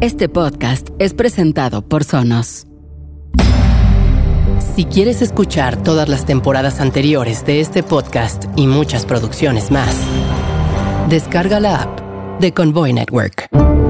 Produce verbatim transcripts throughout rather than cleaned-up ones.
Este podcast es presentado por Sonos. Si quieres escuchar todas las temporadas anteriores de este podcast y muchas producciones más, descarga la app de Convoy Network.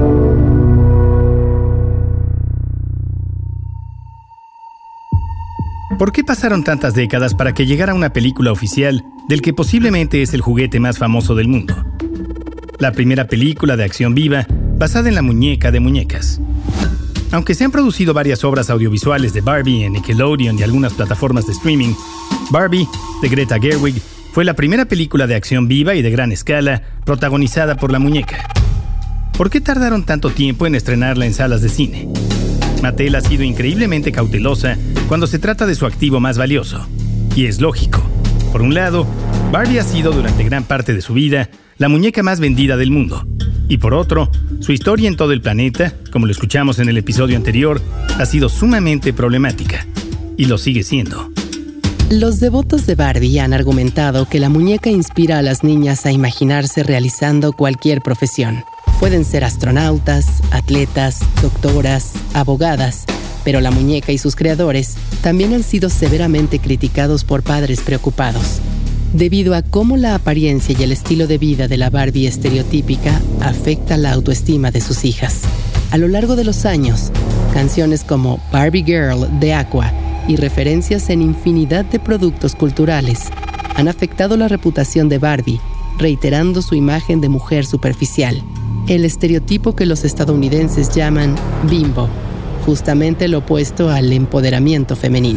¿Por qué pasaron tantas décadas para que llegara una película oficial del que posiblemente es el juguete más famoso del mundo? La primera película de acción viva basada en la muñeca de muñecas. Aunque se han producido varias obras audiovisuales de Barbie en Nickelodeon y algunas plataformas de streaming, Barbie, de Greta Gerwig, fue la primera película de acción viva y de gran escala protagonizada por la muñeca. ¿Por qué tardaron tanto tiempo en estrenarla en salas de cine? Mattel ha sido increíblemente cautelosa cuando se trata de su activo más valioso. Y es lógico. Por un lado, Barbie ha sido durante gran parte de su vida la muñeca más vendida del mundo. Y por otro, su historia en todo el planeta, como lo escuchamos en el episodio anterior, ha sido sumamente problemática. Y lo sigue siendo. Los devotos de Barbie han argumentado que la muñeca inspira a las niñas a imaginarse realizando cualquier profesión. Pueden ser astronautas, atletas, doctoras, abogadas, pero la muñeca y sus creadores también han sido severamente criticados por padres preocupados, debido a cómo la apariencia y el estilo de vida de la Barbie estereotípica afecta la autoestima de sus hijas. A lo largo de los años, canciones como Barbie Girl de Aqua y referencias en infinidad de productos culturales han afectado la reputación de Barbie, reiterando su imagen de mujer superficial, el estereotipo que los estadounidenses llaman bimbo, justamente lo opuesto al empoderamiento femenino.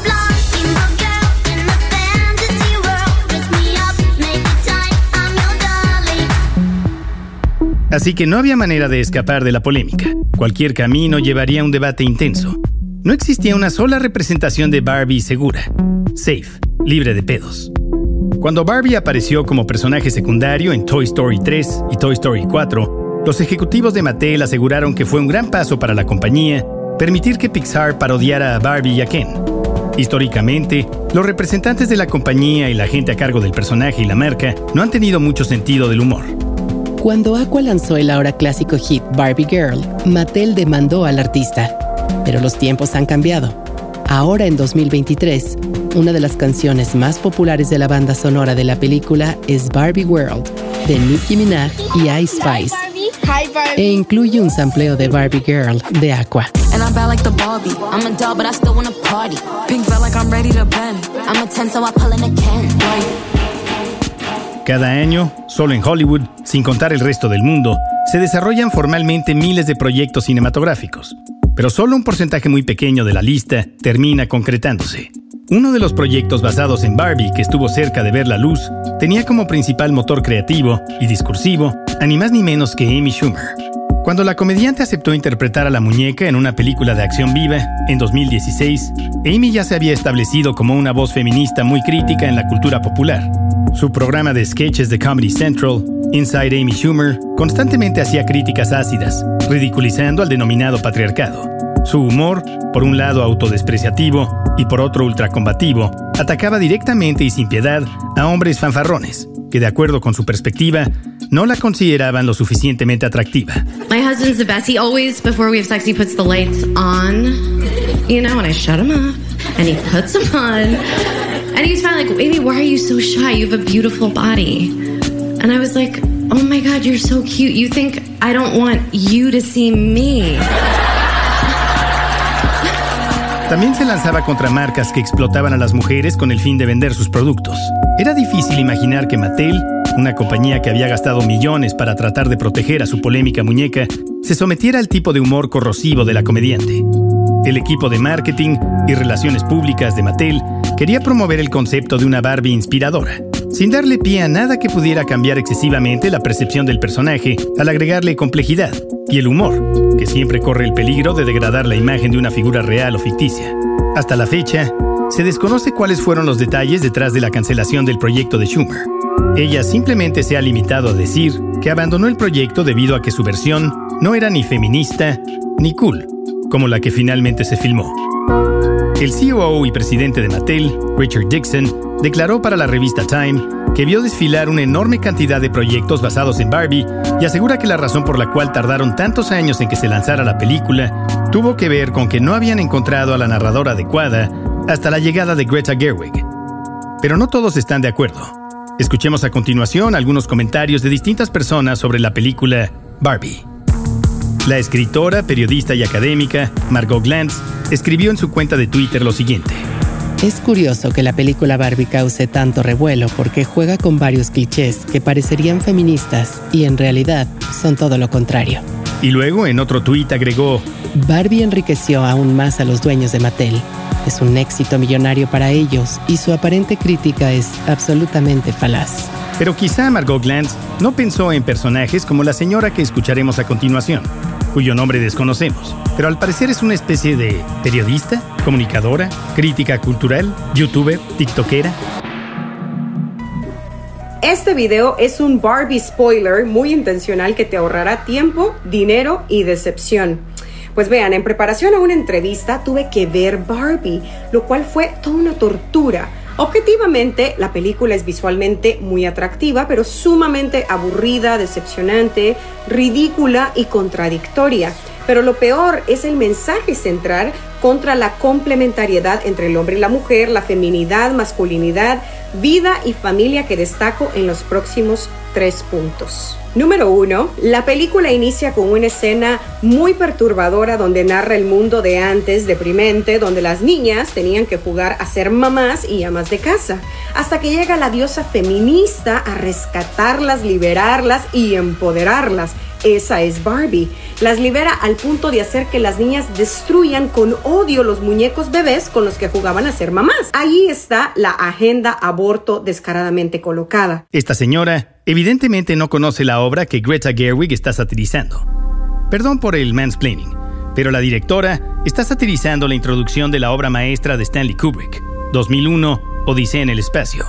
Así que no había manera de escapar de la polémica. Cualquier camino llevaría a un debate intenso. No existía una sola representación de Barbie segura, safe, libre de pedos. Cuando Barbie apareció como personaje secundario en Toy Story tres y Toy Story cuatro, los ejecutivos de Mattel aseguraron que fue un gran paso para la compañía permitir que Pixar parodiara a Barbie y a Ken. Históricamente, los representantes de la compañía y la gente a cargo del personaje y la marca no han tenido mucho sentido del humor. Cuando Aqua lanzó el ahora clásico hit Barbie Girl, Mattel demandó al artista. Pero los tiempos han cambiado. Ahora, en dos mil veintitrés, una de las canciones más populares de la banda sonora de la película es Barbie World, de Nicki Minaj y Ice Spice, e incluye un sampleo de Barbie Girl de Aqua. Cada año, solo en Hollywood, sin contar el resto del mundo, se desarrollan formalmente miles de proyectos cinematográficos, pero solo un porcentaje muy pequeño de la lista termina concretándose. Uno de los proyectos basados en Barbie que estuvo cerca de ver la luz tenía como principal motor creativo y discursivo a ni más ni menos que Amy Schumer. Cuando la comediante aceptó interpretar a la muñeca en una película de acción viva, en dos mil dieciséis, Amy ya se había establecido como una voz feminista muy crítica en la cultura popular. Su programa de sketches de Comedy Central, Inside Amy Schumer, constantemente hacía críticas ácidas, ridiculizando al denominado patriarcado. Su humor, por un lado autodespreciativo y por otro ultracombativo, atacaba directamente y sin piedad a hombres fanfarrones, que de acuerdo con su perspectiva, no la consideraban lo suficientemente atractiva. My husband's the best. He always, before we have sex, he puts the lights on, you know, and I shut him off, and he puts them on. And he was finally like, Amy, why are you so shy? You have a beautiful body. And I was like, oh my God, you're so cute. You think I don't want you to see me. También se lanzaba contra marcas que explotaban a las mujeres con el fin de vender sus productos. Era difícil imaginar que Mattel, una compañía que había gastado millones para tratar de proteger a su polémica muñeca, se sometiera al tipo de humor corrosivo de la comediante. El equipo de marketing y relaciones públicas de Mattel quería promover el concepto de una Barbie inspiradora, sin darle pie a nada que pudiera cambiar excesivamente la percepción del personaje al agregarle complejidad y el humor, que siempre corre el peligro de degradar la imagen de una figura real o ficticia. Hasta la fecha, se desconoce cuáles fueron los detalles detrás de la cancelación del proyecto de Schumer. Ella simplemente se ha limitado a decir que abandonó el proyecto debido a que su versión no era ni feminista ni cool, como la que finalmente se filmó. El C O O y presidente de Mattel, Richard Dixon, declaró para la revista Time que vio desfilar una enorme cantidad de proyectos basados en Barbie y asegura que la razón por la cual tardaron tantos años en que se lanzara la película tuvo que ver con que no habían encontrado a la narradora adecuada hasta la llegada de Greta Gerwig. Pero no todos están de acuerdo. Escuchemos a continuación algunos comentarios de distintas personas sobre la película Barbie. La escritora, periodista y académica Margot Glantz escribió en su cuenta de Twitter lo siguiente. Es curioso que la película Barbie cause tanto revuelo porque juega con varios clichés que parecerían feministas y en realidad son todo lo contrario. Y luego en otro tuit agregó: Barbie enriqueció aún más a los dueños de Mattel. Es un éxito millonario para ellos y su aparente crítica es absolutamente falaz. Pero quizá Margot Glantz no pensó en personajes como la señora que escucharemos a continuación, cuyo nombre desconocemos, pero al parecer es una especie de periodista, comunicadora, crítica cultural, youtuber, tiktokera. Este video es un Barbie spoiler muy intencional que te ahorrará tiempo, dinero y decepción. Pues vean, en preparación a una entrevista tuve que ver Barbie, lo cual fue toda una tortura. Objetivamente, la película es visualmente muy atractiva, pero sumamente aburrida, decepcionante, ridícula y contradictoria. Pero lo peor es el mensaje central contra la complementariedad entre el hombre y la mujer, la feminidad, masculinidad, vida y familia que destaco en los próximos tres puntos. Número uno, la película inicia con una escena muy perturbadora donde narra el mundo de antes, deprimente, donde las niñas tenían que jugar a ser mamás y amas de casa, hasta que llega la diosa feminista a rescatarlas, liberarlas y empoderarlas. Esa es Barbie. Las libera al punto de hacer que las niñas destruyan con odio los muñecos bebés con los que jugaban a ser mamás. Ahí está la agenda aborto descaradamente colocada. Esta señora evidentemente no conoce la obra que Greta Gerwig está satirizando. Perdón por el mansplaining, pero la directora está satirizando la introducción de la obra maestra de Stanley Kubrick, dos mil uno, Odisea en el espacio.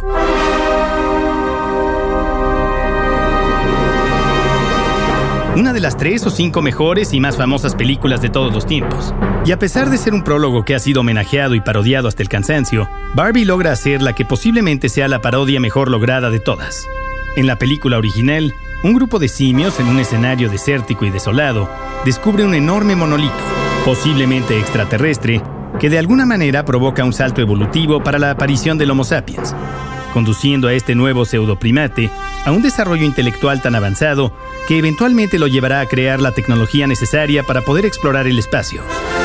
Una de las tres o cinco mejores y más famosas películas de todos los tiempos. Y a pesar de ser un prólogo que ha sido homenajeado y parodiado hasta el cansancio, Barbie logra hacer la que posiblemente sea la parodia mejor lograda de todas. En la película original, un grupo de simios en un escenario desértico y desolado descubre un enorme monolito, posiblemente extraterrestre, que de alguna manera provoca un salto evolutivo para la aparición del Homo sapiens, conduciendo a este nuevo pseudoprimate a un desarrollo intelectual tan avanzado que eventualmente lo llevará a crear la tecnología necesaria para poder explorar el espacio.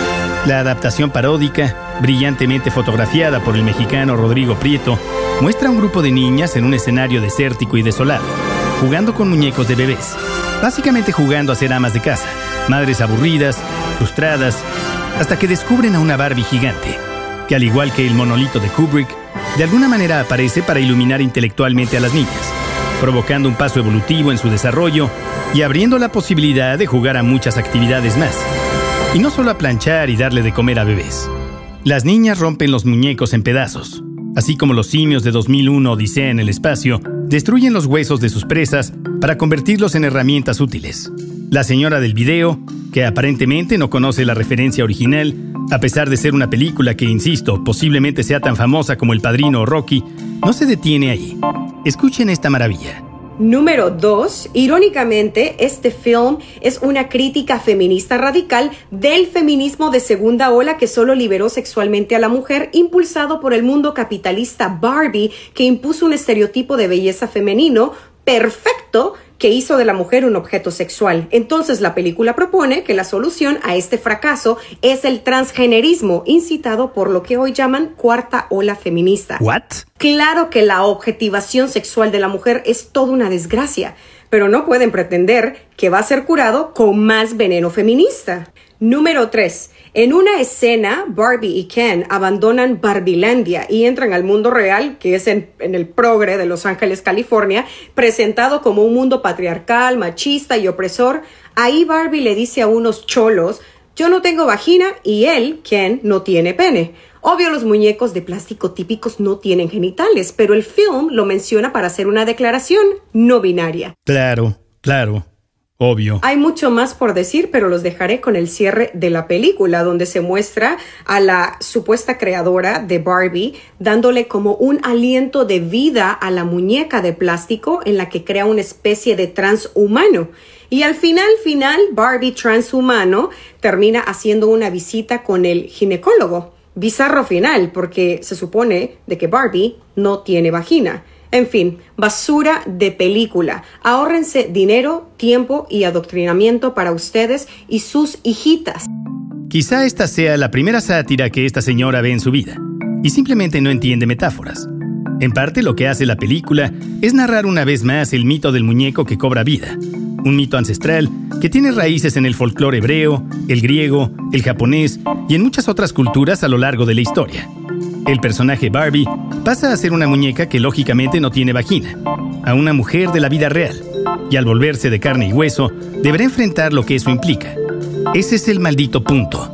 La adaptación paródica, brillantemente fotografiada por el mexicano Rodrigo Prieto, muestra a un grupo de niñas en un escenario desértico y desolado, jugando con muñecos de bebés, básicamente jugando a ser amas de casa, madres aburridas, frustradas, hasta que descubren a una Barbie gigante, que al igual que el monolito de Kubrick, de alguna manera aparece para iluminar intelectualmente a las niñas, provocando un paso evolutivo en su desarrollo y abriendo la posibilidad de jugar a muchas actividades más. Y no solo a planchar y darle de comer a bebés. Las niñas rompen los muñecos en pedazos, así como los simios de dos mil uno Odisea en el espacio destruyen los huesos de sus presas para convertirlos en herramientas útiles. La señora del video, que aparentemente no conoce la referencia original, a pesar de ser una película que, insisto, posiblemente sea tan famosa como El Padrino o Rocky, no se detiene ahí. Escuchen esta maravilla. Número dos, irónicamente, este film es una crítica feminista radical del feminismo de segunda ola que solo liberó sexualmente a la mujer, impulsado por el mundo capitalista Barbie, que impuso un estereotipo de belleza femenino perfecto que hizo de la mujer un objeto sexual. Entonces la película propone que la solución a este fracaso es el transgenerismo, incitado por lo que hoy llaman cuarta ola feminista. ¿What? Claro que la objetivación sexual de la mujer es toda una desgracia, pero no pueden pretender que va a ser curado con más veneno feminista. Número tres. En una escena, Barbie y Ken abandonan Barbilandia y entran al mundo real, que es en, en el progre de Los Ángeles, California, presentado como un mundo patriarcal, machista y opresor. Ahí Barbie le dice a unos cholos: yo no tengo vagina, y él, Ken, no tiene pene. Obvio, los muñecos de plástico típicos no tienen genitales, pero el film lo menciona para hacer una declaración no binaria. Claro, claro. Obvio. Hay mucho más por decir, pero los dejaré con el cierre de la película, donde se muestra a la supuesta creadora de Barbie dándole como un aliento de vida a la muñeca de plástico en la que crea una especie de transhumano. Y al final, final, Barbie transhumano termina haciendo una visita con el ginecólogo. Bizarro final, porque se supone de que Barbie no tiene vagina. En fin, basura de película. Ahórrense dinero, tiempo y adoctrinamiento para ustedes y sus hijitas. Quizá esta sea la primera sátira que esta señora ve en su vida, y simplemente no entiende metáforas. En parte lo que hace la película es narrar una vez más el mito del muñeco que cobra vida. Un mito ancestral que tiene raíces en el folclore hebreo, el griego, el japonés y en muchas otras culturas a lo largo de la historia. El personaje Barbie pasa a ser una muñeca que lógicamente no tiene vagina, a una mujer de la vida real, y al volverse de carne y hueso, deberá enfrentar lo que eso implica. Ese es el maldito punto.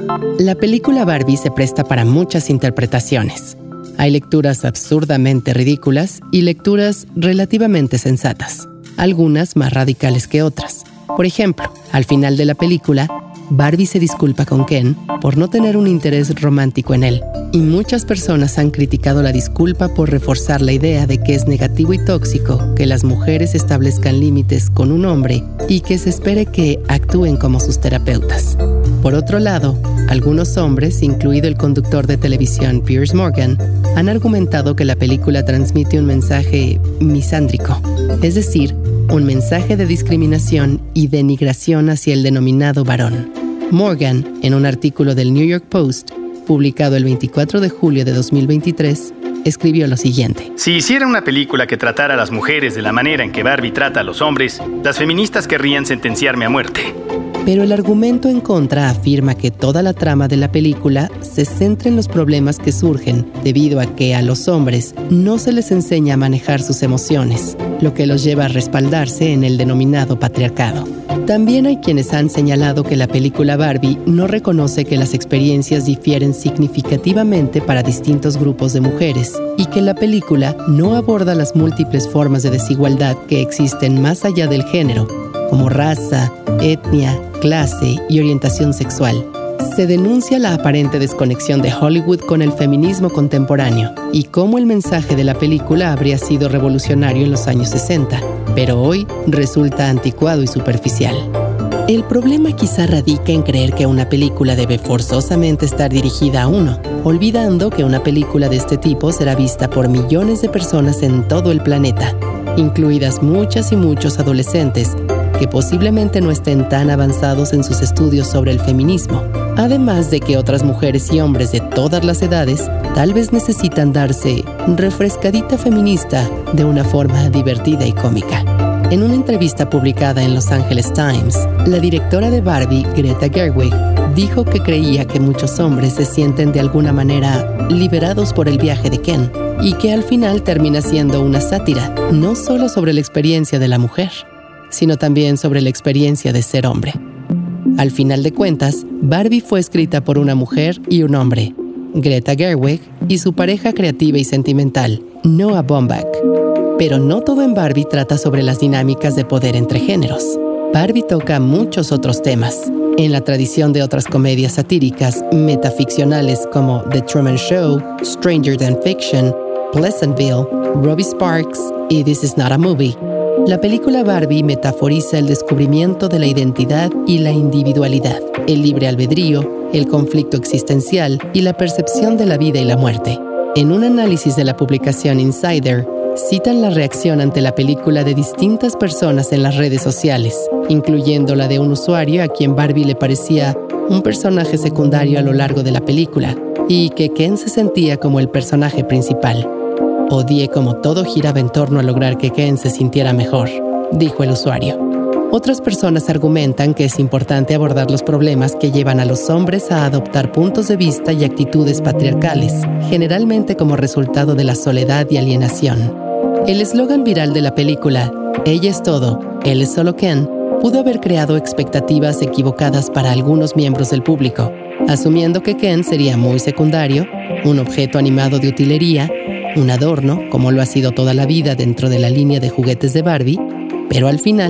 La película Barbie se presta para muchas interpretaciones. Hay lecturas absurdamente ridículas y lecturas relativamente sensatas, algunas más radicales que otras. Por ejemplo, al final de la película, Barbie se disculpa con Ken por no tener un interés romántico en él, y muchas personas han criticado la disculpa por reforzar la idea de que es negativo y tóxico que las mujeres establezcan límites con un hombre y que se espere que actúen como sus terapeutas. Por otro lado, algunos hombres, incluido el conductor de televisión Piers Morgan, han argumentado que la película transmite un mensaje misándrico, es decir, un mensaje de discriminación y denigración hacia el denominado varón. Morgan, en un artículo del New York Post, publicado el veinticuatro de julio de dos mil veintitrés, escribió lo siguiente. Si hiciera una película que tratara a las mujeres de la manera en que Barbie trata a los hombres, las feministas querrían sentenciarme a muerte. Pero el argumento en contra afirma que toda la trama de la película se centra en los problemas que surgen debido a que a los hombres no se les enseña a manejar sus emociones, lo que los lleva a respaldarse en el denominado patriarcado. También hay quienes han señalado que la película Barbie no reconoce que las experiencias difieren significativamente para distintos grupos de mujeres y que la película no aborda las múltiples formas de desigualdad que existen más allá del género, como raza, etnia, clase y orientación sexual. Se denuncia la aparente desconexión de Hollywood con el feminismo contemporáneo y cómo el mensaje de la película habría sido revolucionario en los años sesenta, pero hoy resulta anticuado y superficial. El problema quizá radica en creer que una película debe forzosamente estar dirigida a uno, olvidando que una película de este tipo será vista por millones de personas en todo el planeta, incluidas muchas y muchos adolescentes que posiblemente no estén tan avanzados en sus estudios sobre el feminismo, además de que otras mujeres y hombres de todas las edades tal vez necesitan darse refrescadita feminista de una forma divertida y cómica. En una entrevista publicada en Los Angeles Times, la directora de Barbie, Greta Gerwig, dijo que creía que muchos hombres se sienten de alguna manera liberados por el viaje de Ken y que al final termina siendo una sátira, no solo sobre la experiencia de la mujer, sino también sobre la experiencia de ser hombre. Al final de cuentas, Barbie fue escrita por una mujer y un hombre, Greta Gerwig y su pareja creativa y sentimental, Noah Baumbach. Pero no todo en Barbie trata sobre las dinámicas de poder entre géneros. Barbie toca muchos otros temas, en la tradición de otras comedias satíricas metaficcionales como The Truman Show, Stranger Than Fiction, Pleasantville, Robbie Sparks y This Is Not a Movie. La película Barbie metaforiza el descubrimiento de la identidad y la individualidad, el libre albedrío, el conflicto existencial y la percepción de la vida y la muerte. En un análisis de la publicación Insider, citan la reacción ante la película de distintas personas en las redes sociales, incluyendo la de un usuario a quien Barbie le parecía un personaje secundario a lo largo de la película y que Ken se sentía como el personaje principal. Odié como todo giraba en torno a lograr que Ken se sintiera mejor, dijo el usuario. Otras personas argumentan que es importante abordar los problemas que llevan a los hombres a adoptar puntos de vista y actitudes patriarcales, generalmente como resultado de la soledad y alienación. El eslogan viral de la película, "Ella es todo, él es solo Ken", pudo haber creado expectativas equivocadas para algunos miembros del público, asumiendo que Ken sería muy secundario, un objeto animado de utilería, un adorno, como lo ha sido toda la vida dentro de la línea de juguetes de Barbie, pero al final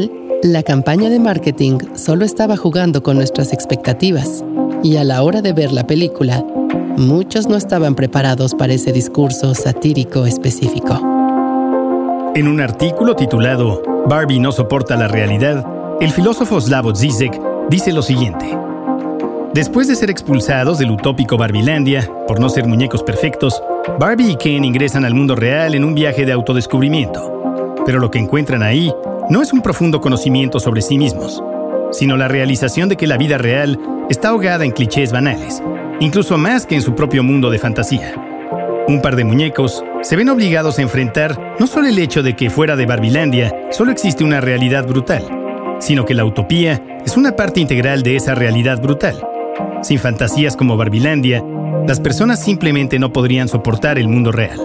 La campaña de marketing solo estaba jugando con nuestras expectativas, y a la hora de ver la película, muchos no estaban preparados para ese discurso satírico específico. En un artículo titulado Barbie no soporta la realidad, el filósofo Slavoj Žižek dice lo siguiente: después de ser expulsados del utópico Barbilandia por no ser muñecos perfectos, Barbie y Ken ingresan al mundo real en un viaje de autodescubrimiento. Pero lo que encuentran ahí no es un profundo conocimiento sobre sí mismos, sino la realización de que la vida real está ahogada en clichés banales, incluso más que en su propio mundo de fantasía. Un par de muñecos se ven obligados a enfrentar no solo el hecho de que fuera de Barbilandia solo existe una realidad brutal, sino que la utopía es una parte integral de esa realidad brutal. Sin fantasías como Barbilandia, las personas simplemente no podrían soportar el mundo real.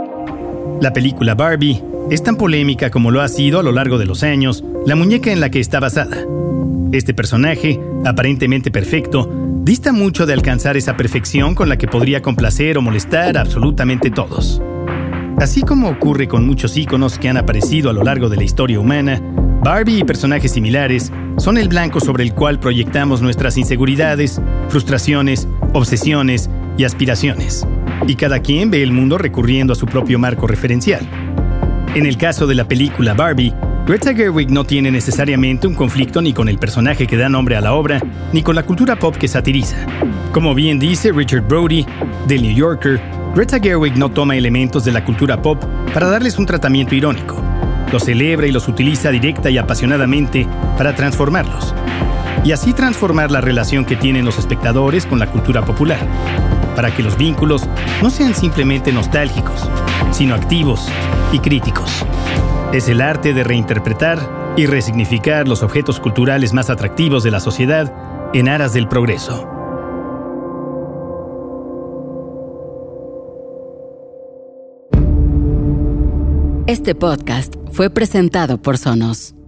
La película Barbie es tan polémica como lo ha sido a lo largo de los años la muñeca en la que está basada. Este personaje, aparentemente perfecto, dista mucho de alcanzar esa perfección con la que podría complacer o molestar a absolutamente todos. Así como ocurre con muchos íconos que han aparecido a lo largo de la historia humana, Barbie y personajes similares son el blanco sobre el cual proyectamos nuestras inseguridades, frustraciones, obsesiones y aspiraciones. Y cada quien ve el mundo recurriendo a su propio marco referencial. En el caso de la película Barbie, Greta Gerwig no tiene necesariamente un conflicto ni con el personaje que da nombre a la obra, ni con la cultura pop que satiriza. Como bien dice Richard Brody, del New Yorker, Greta Gerwig no toma elementos de la cultura pop para darles un tratamiento irónico. Los celebra y los utiliza directa y apasionadamente para transformarlos. Y así transformar la relación que tienen los espectadores con la cultura popular, para que los vínculos no sean simplemente nostálgicos, sino activos y críticos. Es el arte de reinterpretar y resignificar los objetos culturales más atractivos de la sociedad en aras del progreso. Este podcast fue presentado por Sonos.